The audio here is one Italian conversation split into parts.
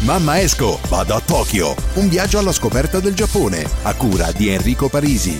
Mamma esco, vado a Tokyo. Un viaggio alla scoperta del Giappone, a cura di Enrico Parisi.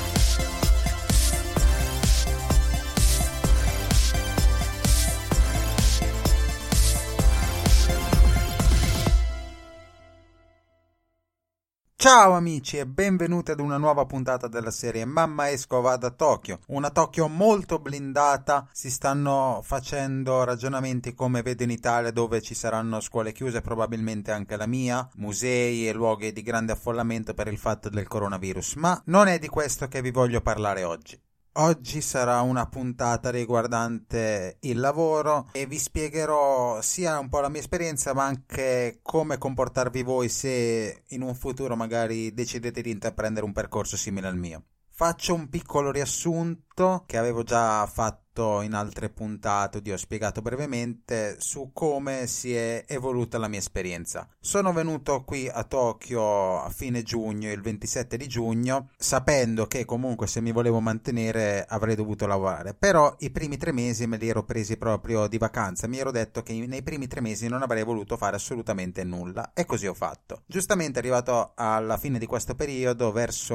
Ciao amici e benvenuti ad una nuova puntata della serie Mamma esco vado a Tokyo. Una Tokyo molto blindata, si stanno facendo ragionamenti come vedo in Italia, dove ci saranno scuole chiuse, probabilmente anche la mia, musei e luoghi di grande affollamento per il fatto del coronavirus, ma non è di questo che vi voglio parlare oggi. Oggi sarà una puntata riguardante il lavoro e vi spiegherò sia un po' la mia esperienza ma anche come comportarvi voi se in un futuro magari decidete di intraprendere un percorso simile al mio. Faccio un piccolo riassunto che avevo già fatto in altre puntate, vi ho spiegato brevemente su come si è evoluta la mia esperienza. Sono venuto qui a Tokyo a fine giugno, il 27 di giugno, sapendo che comunque se mi volevo mantenere avrei dovuto lavorare, però i primi 3 mesi me li ero presi proprio di vacanza, mi ero detto che nei primi 3 mesi non avrei voluto fare assolutamente nulla e così ho fatto. Giustamente arrivato alla fine di questo periodo, verso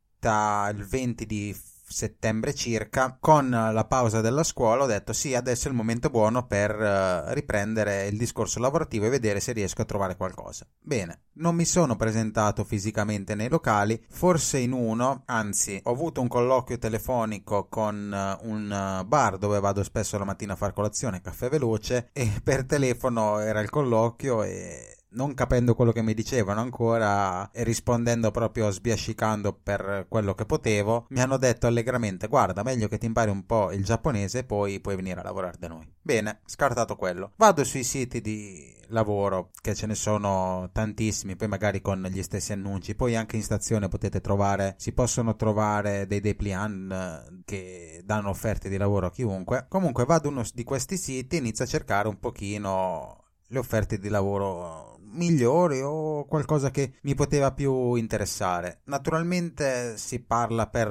il 20 di settembre circa, con la pausa della scuola ho detto sì, adesso è il momento buono per riprendere il discorso lavorativo e vedere se riesco a trovare qualcosa. Bene, non mi sono presentato fisicamente nei locali, forse in uno, anzi ho avuto un colloquio telefonico con un bar dove vado spesso la mattina a far colazione, caffè veloce, e per telefono era il colloquio e non capendo quello che mi dicevano ancora e rispondendo proprio sbiascicando per quello che potevo, mi hanno detto allegramente: guarda, meglio che ti impari un po' il giapponese e poi puoi venire a lavorare da noi. Bene, scartato quello. Vado sui siti di lavoro, che ce ne sono tantissimi, poi magari con gli stessi annunci, poi anche in stazione si possono trovare dei dépliant che danno offerte di lavoro a chiunque. Comunque vado uno di questi siti e inizio a cercare un pochino le offerte di lavoro migliori o qualcosa che mi poteva più interessare. Naturalmente si parla per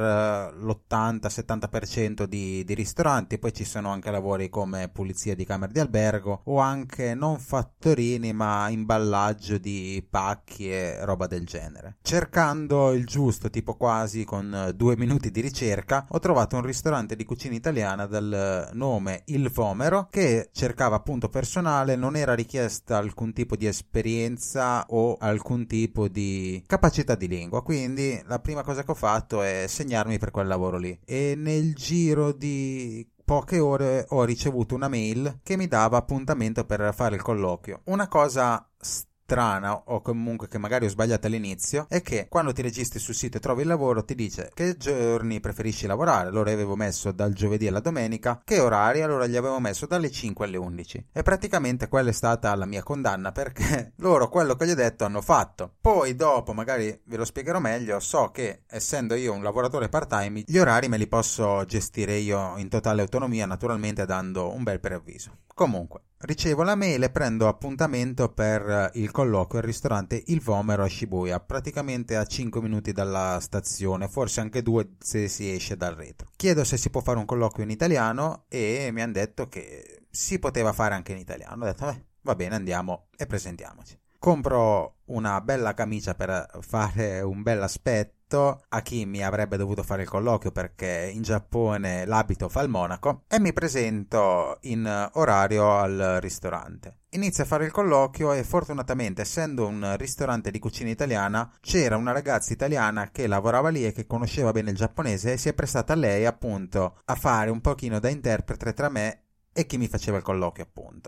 l'80-70% di ristoranti, poi ci sono anche lavori come pulizia di camere di albergo o anche non fattorini ma imballaggio di pacchi e roba del genere. Cercando il giusto, tipo quasi con 2 minuti di ricerca, ho trovato un ristorante di cucina italiana dal nome Il Vomero che cercava appunto personale, non era richiesta alcun tipo di esperienza o alcun tipo di capacità di lingua, quindi la prima cosa che ho fatto è segnarmi per quel lavoro lì e nel giro di poche ore ho ricevuto una mail che mi dava appuntamento per fare il colloquio. Una cosa strana o comunque che magari ho sbagliato all'inizio è che quando ti registri sul sito e trovi il lavoro ti dice che giorni preferisci lavorare. Allora avevo messo dal giovedì alla domenica, che orari? Allora gli avevo messo dalle 5 alle 11 e praticamente quella è stata la mia condanna, perché loro quello che gli ho detto hanno fatto. Poi dopo magari ve lo spiegherò meglio, so che essendo io un lavoratore part time gli orari me li posso gestire io in totale autonomia, naturalmente dando un bel preavviso. Comunque ricevo la mail e prendo appuntamento per il colloquio al ristorante Il Vomero a Shibuya, praticamente a 5 minuti dalla stazione, forse anche 2 se si esce dal retro. Chiedo se si può fare un colloquio in italiano e mi hanno detto che si poteva fare anche in italiano. Ho detto va bene, andiamo e presentiamoci. Compro una bella camicia per fare un bel aspetto a chi mi avrebbe dovuto fare il colloquio, perché in Giappone l'abito fa il monaco, e mi presento in orario al ristorante. Inizio a fare il colloquio e fortunatamente, essendo un ristorante di cucina italiana, c'era una ragazza italiana che lavorava lì e che conosceva bene il giapponese e si è prestata a lei appunto a fare un pochino da interprete tra me e chi mi faceva il colloquio appunto.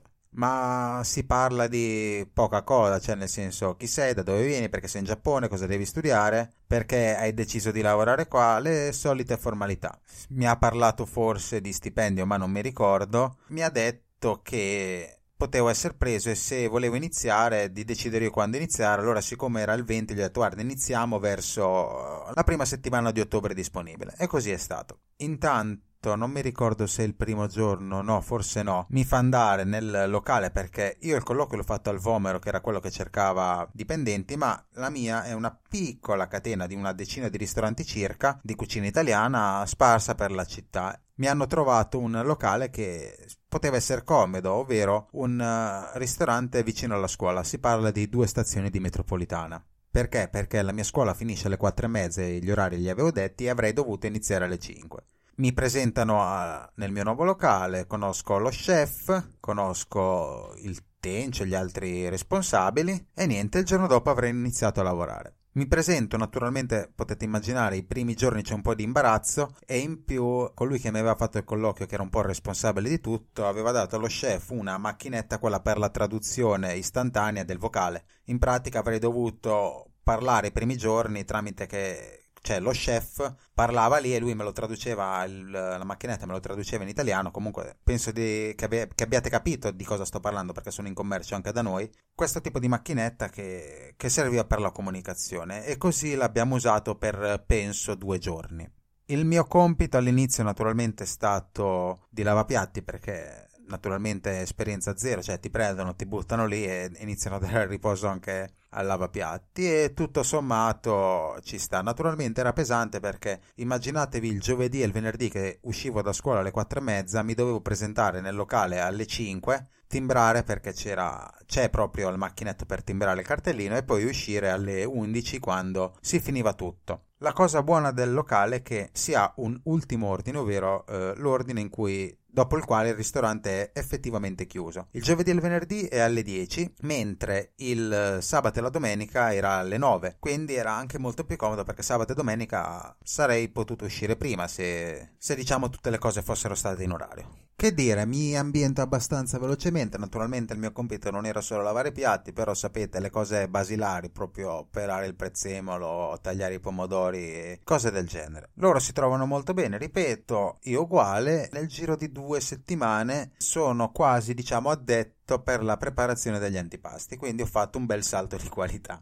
Ma si parla di poca cosa, cioè nel senso chi sei, da dove vieni, perché sei in Giappone, cosa devi studiare, perché hai deciso di lavorare qua, le solite formalità. Mi ha parlato forse di stipendio ma non mi ricordo, mi ha detto che potevo essere preso e se volevo iniziare di decidere io quando iniziare. Allora siccome era il 20 gli ho detto guarda, iniziamo verso la prima settimana di ottobre disponibile, e così è stato. Intanto non mi ricordo se il primo giorno, no, forse no, mi fa andare nel locale, perché io il colloquio l'ho fatto al Vomero, che era quello che cercava dipendenti, ma la mia è una piccola catena di una decina di ristoranti circa di cucina italiana sparsa per la città. Mi hanno trovato un locale che poteva essere comodo, ovvero un ristorante vicino alla scuola. Si parla di 2 stazioni di metropolitana. Perché? Perché la mia scuola finisce alle 4:30 e gli orari li avevo detti e avrei dovuto iniziare alle 5. Mi presentano nel mio nuovo locale, conosco lo chef, conosco il tencio e gli altri responsabili e niente, il giorno dopo avrei iniziato a lavorare. Mi presento, naturalmente potete immaginare, i primi giorni c'è un po' di imbarazzo e in più colui che mi aveva fatto il colloquio, che era un po' il responsabile di tutto, aveva dato allo chef una macchinetta, quella per la traduzione istantanea del vocale. In pratica avrei dovuto parlare i primi giorni cioè lo chef parlava lì e lui me lo traduceva, la macchinetta me lo traduceva in italiano. Comunque penso che abbiate capito di cosa sto parlando, perché sono in commercio anche da noi. Questo tipo di macchinetta che serviva per la comunicazione, e così l'abbiamo usato per penso 2 giorni. Il mio compito all'inizio naturalmente è stato di lavapiatti, perché naturalmente esperienza zero, cioè ti prendono, ti buttano lì e iniziano a dare il riposo anche al lavapiatti, e tutto sommato ci sta. Naturalmente era pesante, perché immaginatevi il giovedì e il venerdì che uscivo da scuola alle 4:30, mi dovevo presentare nel locale alle 5, timbrare perché c'è proprio il macchinetto per timbrare il cartellino, e poi uscire alle 11 quando si finiva tutto. La cosa buona del locale è che si ha un ultimo ordine, ovvero l'ordine dopo il quale il ristorante è effettivamente chiuso. Il giovedì e il venerdì è alle 10, mentre il sabato e la domenica era alle 9, quindi era anche molto più comodo, perché sabato e domenica sarei potuto uscire prima se diciamo tutte le cose fossero state in orario. Che dire, mi ambiento abbastanza velocemente. Naturalmente il mio compito non era solo lavare i piatti, però sapete, le cose basilari, proprio pelare il prezzemolo, tagliare i pomodori e cose del genere. Loro si trovano molto bene, ripeto, io uguale. Nel giro di 2 settimane sono quasi, diciamo, addetto per la preparazione degli antipasti, quindi ho fatto un bel salto di qualità.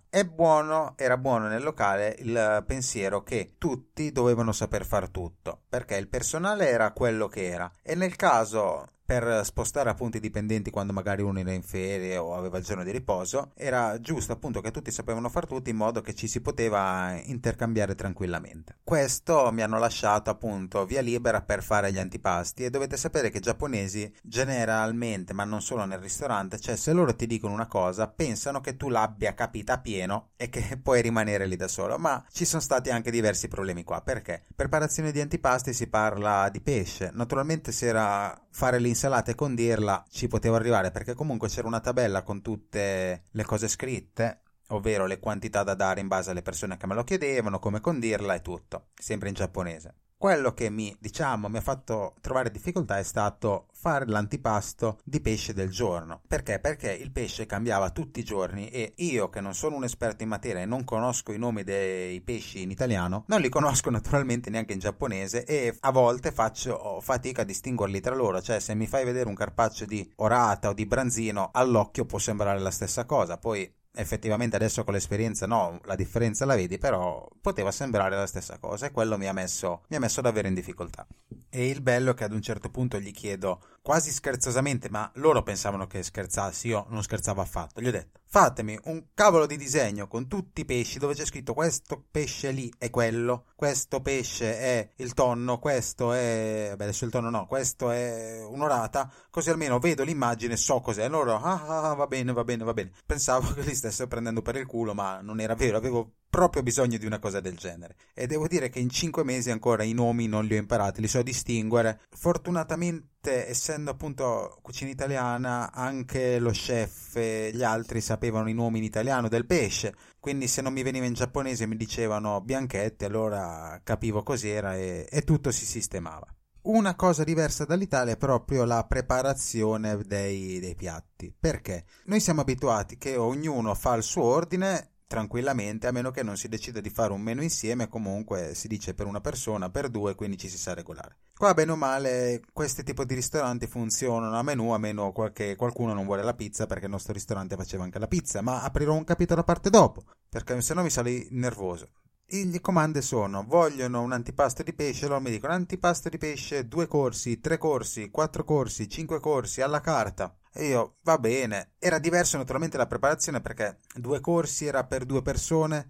Era buono nel locale il pensiero che tutti dovevano saper far tutto, perché il personale era quello che era, e nel caso per spostare appunto i dipendenti quando magari uno era in ferie o aveva il giorno di riposo, era giusto appunto che tutti sapevano far tutto, in modo che ci si poteva intercambiare tranquillamente. Questo mi hanno lasciato appunto via libera per fare gli antipasti, e dovete sapere che i giapponesi generalmente, ma non solo nel ristorante, cioè se loro ti dicono una cosa pensano che tu l'abbia capita pieno e che puoi rimanere lì da solo, ma ci sono stati anche diversi problemi qua. Perché? Preparazione di antipasti, si parla di pesce, naturalmente se era fare l'insalata e condirla ci potevo arrivare, perché comunque c'era una tabella con tutte le cose scritte, ovvero le quantità da dare in base alle persone che me lo chiedevano, come condirla e tutto, sempre in giapponese. Quello che mi ha fatto trovare difficoltà è stato fare l'antipasto di pesce del giorno. Perché? Perché il pesce cambiava tutti i giorni, e io, che non sono un esperto in materia e non conosco i nomi dei pesci in italiano, non li conosco naturalmente neanche in giapponese, e a volte faccio fatica a distinguerli tra loro. Cioè, se mi fai vedere un carpaccio di orata o di branzino, all'occhio può sembrare la stessa cosa, poi effettivamente adesso con l'esperienza no, la differenza la vedi, però poteva sembrare la stessa cosa, e quello mi ha messo davvero in difficoltà. E il bello è che ad un certo punto gli chiedo, quasi scherzosamente, ma loro pensavano che scherzassi, io non scherzavo affatto, gli ho detto: fatemi un cavolo di disegno con tutti i pesci dove c'è scritto questo pesce lì è quello, questo pesce è il tonno, questo è... adesso il tonno no, questo è un'orata, così almeno vedo l'immagine, so cos'è. Loro, va bene. Pensavo che li stesse prendendo per il culo, ma non era vero, avevo proprio bisogno di una cosa del genere. E devo dire che in 5 mesi ancora i nomi non li ho imparati, li so distinguere. Fortunatamente, essendo appunto cucina italiana, anche lo chef e gli altri sapevano i nomi in italiano del pesce, quindi se non mi veniva in giapponese e mi dicevano bianchetti, allora capivo cos'era e tutto si sistemava. Una cosa diversa dall'Italia è proprio la preparazione dei piatti. Perché? Noi siamo abituati che ognuno fa il suo ordine tranquillamente, a meno che non si decida di fare un menù insieme. Comunque si dice per una persona, per 2, quindi ci si sa regolare. Qua bene o male questi tipi di ristoranti funzionano a menù, a meno che qualcuno non vuole la pizza, perché il nostro ristorante faceva anche la pizza, ma aprirò un capitolo a parte dopo, perché se no mi sale nervoso. Le comande sono: vogliono un antipasto di pesce, loro mi dicono antipasto di pesce, 2 corsi, 3 corsi, 4 corsi, 5 corsi alla carta. E io, va bene. Era diverso naturalmente la preparazione, perché 2 corsi era per 2 persone,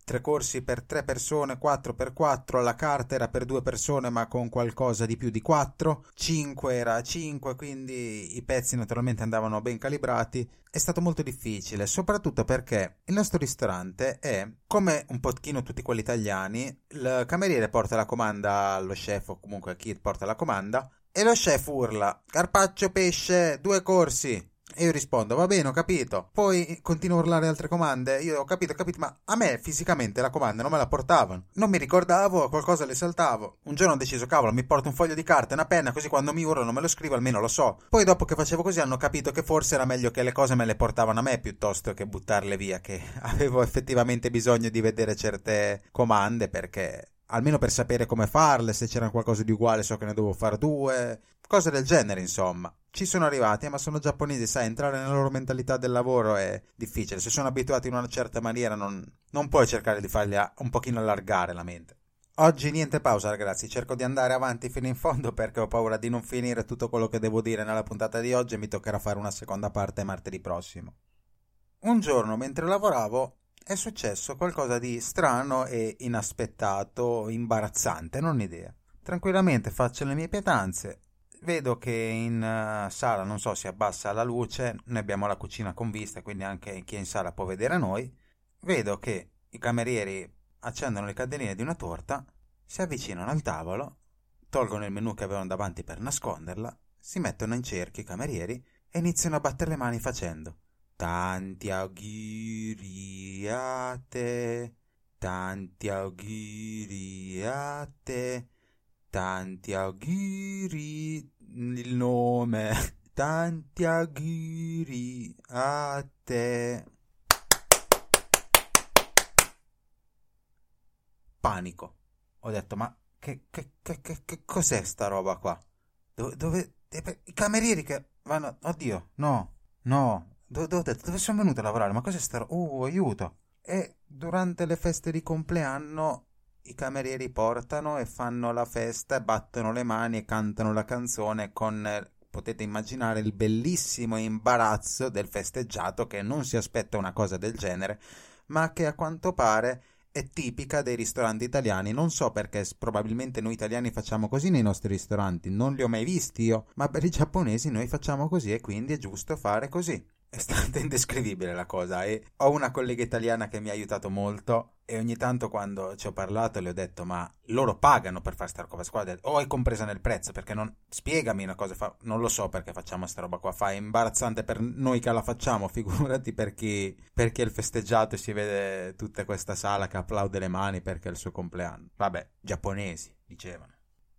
3 corsi per 3 persone, 4 per 4, la carta era per 2 persone ma con qualcosa di più di 4, 5 era 5, quindi i pezzi naturalmente andavano ben calibrati. È stato molto difficile, soprattutto perché il nostro ristorante è, come un pochino tutti quelli italiani, il cameriere porta la comanda allo chef o comunque a chi porta la comanda e lo chef urla: carpaccio pesce, 2 corsi. E io rispondo: va bene, ho capito. Poi continua a urlare altre comande. Io ho capito, ma a me fisicamente la comanda non me la portavano. Non mi ricordavo, qualcosa le saltavo. Un giorno ho deciso: cavolo, mi porto un foglio di carta e una penna, così quando mi urlano me lo scrivo, almeno lo so. Poi dopo che facevo così hanno capito che forse era meglio che le cose me le portavano a me piuttosto che buttarle via, che avevo effettivamente bisogno di vedere certe comande, perché almeno per sapere come farle, se c'era qualcosa di uguale so che ne dovevo fare 2, cose del genere, insomma. Ci sono arrivati, ma sono giapponesi, sai, entrare nella loro mentalità del lavoro è difficile. Se sono abituati in una certa maniera non puoi cercare di farli un pochino allargare la mente. Oggi niente pausa, ragazzi, cerco di andare avanti fino in fondo perché ho paura di non finire tutto quello che devo dire nella puntata di oggi e mi toccherà fare una seconda parte martedì prossimo. Un giorno, mentre lavoravo, è successo qualcosa di strano e inaspettato, imbarazzante, non ho idea. Tranquillamente faccio le mie pietanze. Vedo che in sala, non so, si abbassa la luce, noi abbiamo la cucina con vista, quindi anche chi è in sala può vedere noi. Vedo che i camerieri accendono le candeline di una torta, si avvicinano al tavolo, tolgono il menù che avevano davanti per nasconderla, si mettono in cerchio i camerieri e iniziano a battere le mani facendo: tanti auguri a te, tanti auguri a te, tanti auguri, il nome, tanti auguri a te. Panico. Ho detto: ma che cos'è sta roba qua? Dove i camerieri che vanno... Oddio, no. Dove sono venuto a lavorare? Ma cos'è sta roba? Aiuto. E durante le feste di compleanno i camerieri portano e fanno la festa e battono le mani e cantano la canzone con, potete immaginare, il bellissimo imbarazzo del festeggiato che non si aspetta una cosa del genere, ma che a quanto pare è tipica dei ristoranti italiani. Non so perché, probabilmente noi italiani facciamo così nei nostri ristoranti, non li ho mai visti io, ma per i giapponesi noi facciamo così e quindi è giusto fare così. È stata indescrivibile la cosa e ho una collega italiana che mi ha aiutato molto e ogni tanto quando ci ho parlato le ho detto: ma loro pagano per fare sta roba qua? O è compresa nel prezzo? Perché non... Spiegami una cosa, non lo so perché facciamo sta roba qua, è imbarazzante per noi che la facciamo, figurati per chi è il festeggiato e si vede tutta questa sala che applaude le mani perché è il suo compleanno. Vabbè, giapponesi, dicevano.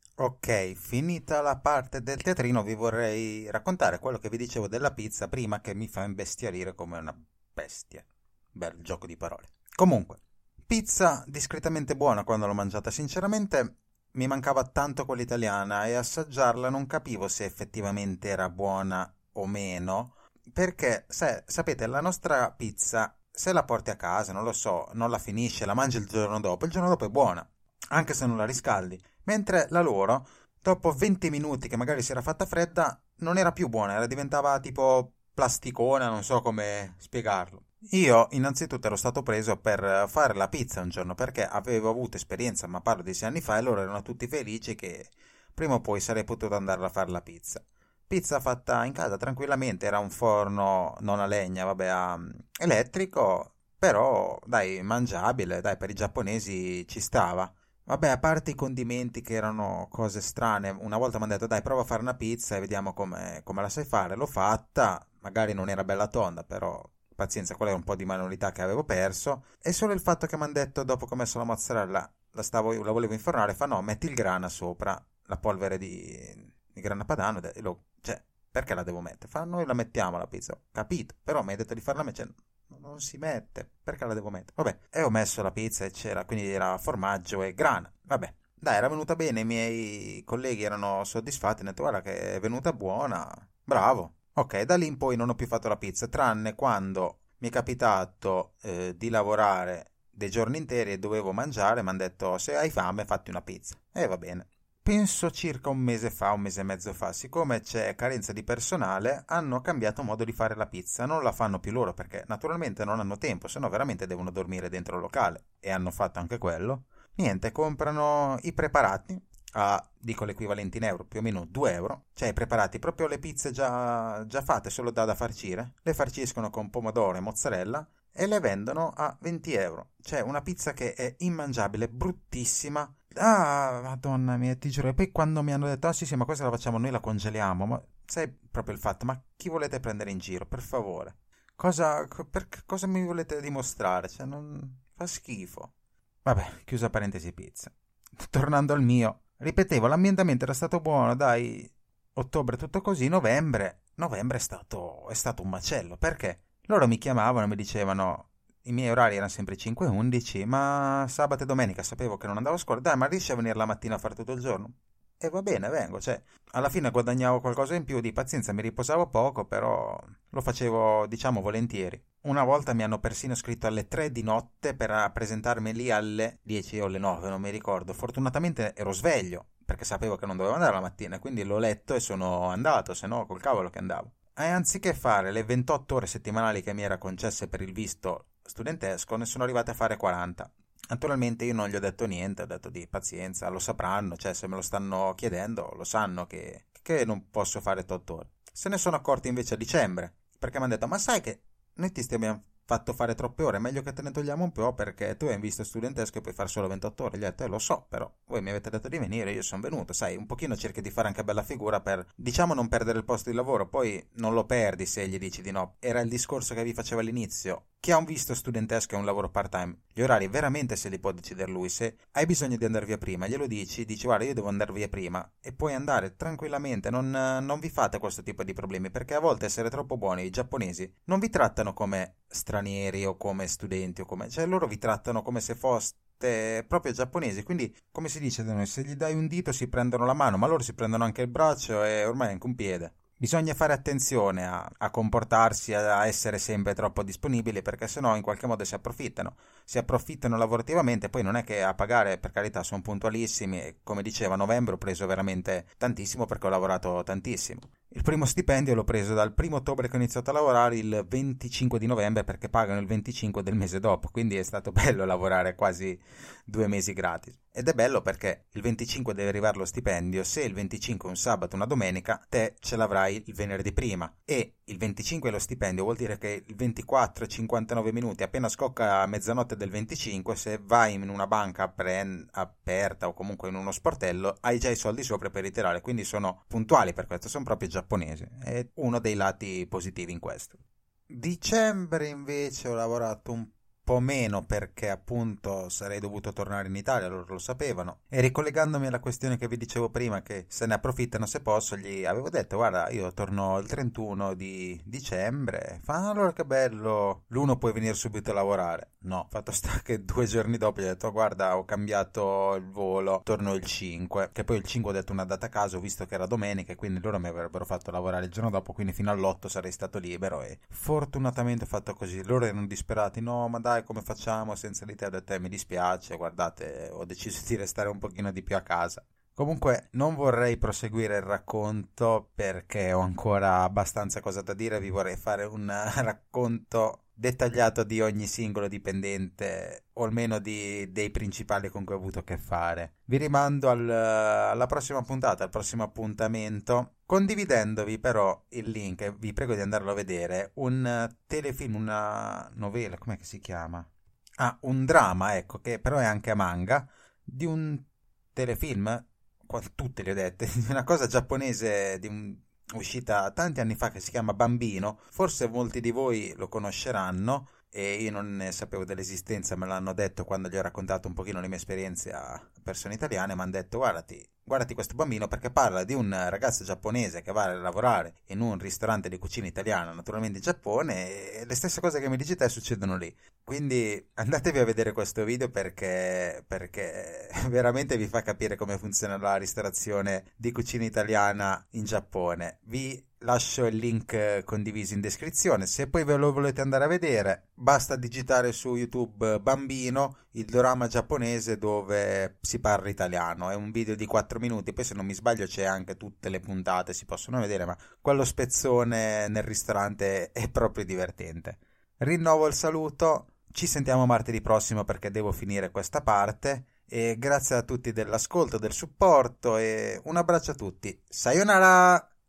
Ok, finita la parte del teatrino vi vorrei raccontare quello che vi dicevo della pizza prima, che mi fa imbestialire come una bestia. Bel gioco di parole. Comunque, pizza discretamente buona quando l'ho mangiata. Sinceramente mi mancava tanto quella italiana e assaggiarla non capivo se effettivamente era buona o meno, perché sapete, la nostra pizza, se la porti a casa, non lo so, non la finisci, la mangi il giorno dopo è buona, anche se non la riscaldi. Mentre la loro, dopo 20 minuti che magari si era fatta fredda, non era più buona, diventava tipo plasticona, non so come spiegarlo. Io innanzitutto ero stato preso per fare la pizza un giorno perché avevo avuto esperienza, ma parlo di 6 anni fa, e loro erano tutti felici che prima o poi sarei potuto andare a fare la pizza. Pizza fatta in casa tranquillamente, era un forno non a legna, vabbè, elettrico, però dai, mangiabile, dai, per i giapponesi ci stava. Vabbè, a parte i condimenti che erano cose strane, una volta mi hanno detto: dai, prova a fare una pizza e vediamo come la sai fare. L'ho fatta, magari non era bella tonda, però pazienza, quella è un po' di manualità che avevo perso. E solo il fatto che mi hanno detto, dopo che ho messo la mozzarella, la volevo infornare, fa: no, metti il grana sopra, la polvere di grana padano, cioè, perché la devo mettere? Fa: noi la mettiamo la pizza. Ho capito, però mi hai detto di farla mettere. Non si mette, perché la devo mettere? Vabbè, e ho messo la pizza e c'era, quindi era formaggio e grana. Vabbè, dai, era venuta bene, i miei colleghi erano soddisfatti, hanno detto: guarda che è venuta buona, bravo. Ok, da lì in poi non ho più fatto la pizza, tranne quando mi è capitato di lavorare dei giorni interi e dovevo mangiare, mi hanno detto: se hai fame fatti una pizza. E va bene. penso circa un mese e mezzo fa. Siccome c'è carenza di personale, hanno cambiato modo di fare la pizza. Non la fanno più loro perché naturalmente non hanno tempo, se no veramente devono dormire dentro il locale. E hanno fatto anche quello. Niente, comprano i preparati a, dico l'equivalente in euro, più o meno 2 euro. Cioè i preparati, proprio le pizze già fatte, solo da farcire. Le farciscono con pomodoro e mozzarella e le vendono a 20 euro. Cioè una pizza che è immangiabile, bruttissima. Ah, madonna mia, ti giuro. E poi quando mi hanno detto, ah sì sì, ma questa la facciamo noi, la congeliamo. Ma sai proprio il fatto, ma chi volete prendere in giro, per favore? Cosa mi volete dimostrare? Cioè, non fa schifo. Vabbè, chiusa parentesi pizza. Tornando al mio, ripetevo, l'ambientamento era stato buono, dai, ottobre tutto così, novembre è stato un macello. Perché? Loro mi chiamavano e mi dicevano, i miei orari erano sempre 5-11, ma sabato e domenica sapevo che non andavo a scuola, dai, ma riesci a venire la mattina a fare tutto il giorno? E va bene, vengo, cioè, alla fine guadagnavo qualcosa in più, di pazienza, mi riposavo poco, però lo facevo, diciamo, volentieri. Una volta mi hanno persino scritto alle 3 di notte per presentarmi lì alle 10 o alle 9, non mi ricordo. Fortunatamente ero sveglio, perché sapevo che non dovevo andare la mattina, quindi l'ho letto e sono andato, se no col cavolo che andavo. E anziché fare le 28 ore settimanali che mi era concesse per il visto studentesco, ne sono arrivate a fare 40. Naturalmente io non gli ho detto niente, ho detto di pazienza, lo sapranno, cioè se me lo stanno chiedendo lo sanno che non posso fare 8 ore. Se ne sono accorti invece a dicembre, perché mi hanno detto, ma sai che noi ti abbiamo fatto fare troppe ore, è meglio che te ne togliamo un po' perché tu hai un visto studentesco e puoi fare solo 28 ore. Gli ho detto, lo so, però voi mi avete detto di venire, io sono venuto, sai, un pochino cerchi di fare anche bella figura per, diciamo, non perdere il posto di lavoro, poi non lo perdi se gli dici di no. Era il discorso che vi facevo all'inizio. Chi ha un visto studentesco e un lavoro part-time, gli orari veramente se li può decidere lui. Se hai bisogno di andare via prima, glielo dici guarda io devo andare via prima e puoi andare tranquillamente, non vi fate questo tipo di problemi, perché a volte essere troppo buoni, i giapponesi non vi trattano come stranieri o come studenti o come, cioè loro vi trattano come se foste proprio giapponesi, quindi come si dice da noi, se gli dai un dito si prendono la mano, ma loro si prendono anche il braccio e ormai anche un piede. Bisogna fare attenzione a comportarsi, a essere sempre troppo disponibili, perché sennò in qualche modo si approfittano lavorativamente. Poi non è che a pagare, per carità, sono puntualissimi e come dicevo a novembre ho preso veramente tantissimo perché ho lavorato tantissimo. Il primo stipendio l'ho preso dal 1 ottobre che ho iniziato a lavorare il 25 di novembre perché pagano il 25 del mese dopo, quindi è stato bello lavorare quasi 2 mesi gratis. Ed è bello perché il 25 deve arrivare lo stipendio, se il 25 è un sabato o una domenica, te ce l'avrai il venerdì prima. E il 25 è lo stipendio, vuol dire che il 24 e 59 minuti, appena scocca mezzanotte del 25, se vai in una banca aperta o comunque in uno sportello, hai già i soldi sopra per ritirare, quindi sono puntuali per questo, sono proprio giapponesi. È uno dei lati positivi in questo. Dicembre invece ho lavorato un po' meno perché appunto sarei dovuto tornare in Italia, loro lo sapevano, e ricollegandomi alla questione che vi dicevo prima che se ne approfittano se posso, gli avevo detto guarda io torno il 31 di dicembre, allora che bello, l'1 puoi venire subito a lavorare. No, fatto sta che 2 giorni dopo gli ho detto guarda ho cambiato il volo, torno il 5, che poi il 5 ho detto una data a caso visto che era domenica e quindi loro mi avrebbero fatto lavorare il giorno dopo, quindi fino all'8 sarei stato libero e fortunatamente ho fatto così. Loro erano disperati, no ma dai come facciamo senza di te? Ho detto mi dispiace, guardate ho deciso di restare un pochino di più a casa. Comunque non vorrei proseguire il racconto perché ho ancora abbastanza cosa da dire, vi vorrei fare un racconto dettagliato di ogni singolo dipendente o almeno dei principali con cui ho avuto a che fare. Vi rimando alla prossima puntata, al prossimo appuntamento, condividendovi però il link, e vi prego di andarlo a vedere, un telefilm, una novela, com'è che si chiama? Un dramma, ecco, che però è anche a manga, di un telefilm, tutte le ho dette, di una cosa giapponese, uscita tanti anni fa che si chiama Bambino, forse molti di voi lo conosceranno e io non ne sapevo dell'esistenza, me l'hanno detto quando gli ho raccontato un pochino le mie esperienze a persone italiane, mi hanno detto guardati questo bambino perché parla di un ragazzo giapponese che va a lavorare in un ristorante di cucina italiana, naturalmente in Giappone, e le stesse cose che mi dici te succedono lì. Quindi andatevi a vedere questo video perché veramente vi fa capire come funziona la ristorazione di cucina italiana in Giappone. Vi lascio il link condiviso in descrizione. Se poi ve lo volete andare a vedere, basta digitare su YouTube Bambino, il dorama giapponese dove si parla italiano. È un video di 4 minuti, poi se non mi sbaglio c'è anche tutte le puntate, si possono vedere, ma quello spezzone nel ristorante è proprio divertente. Rinnovo il saluto, ci sentiamo martedì prossimo perché devo finire questa parte. E grazie a tutti dell'ascolto, del supporto e un abbraccio a tutti. Sayonara!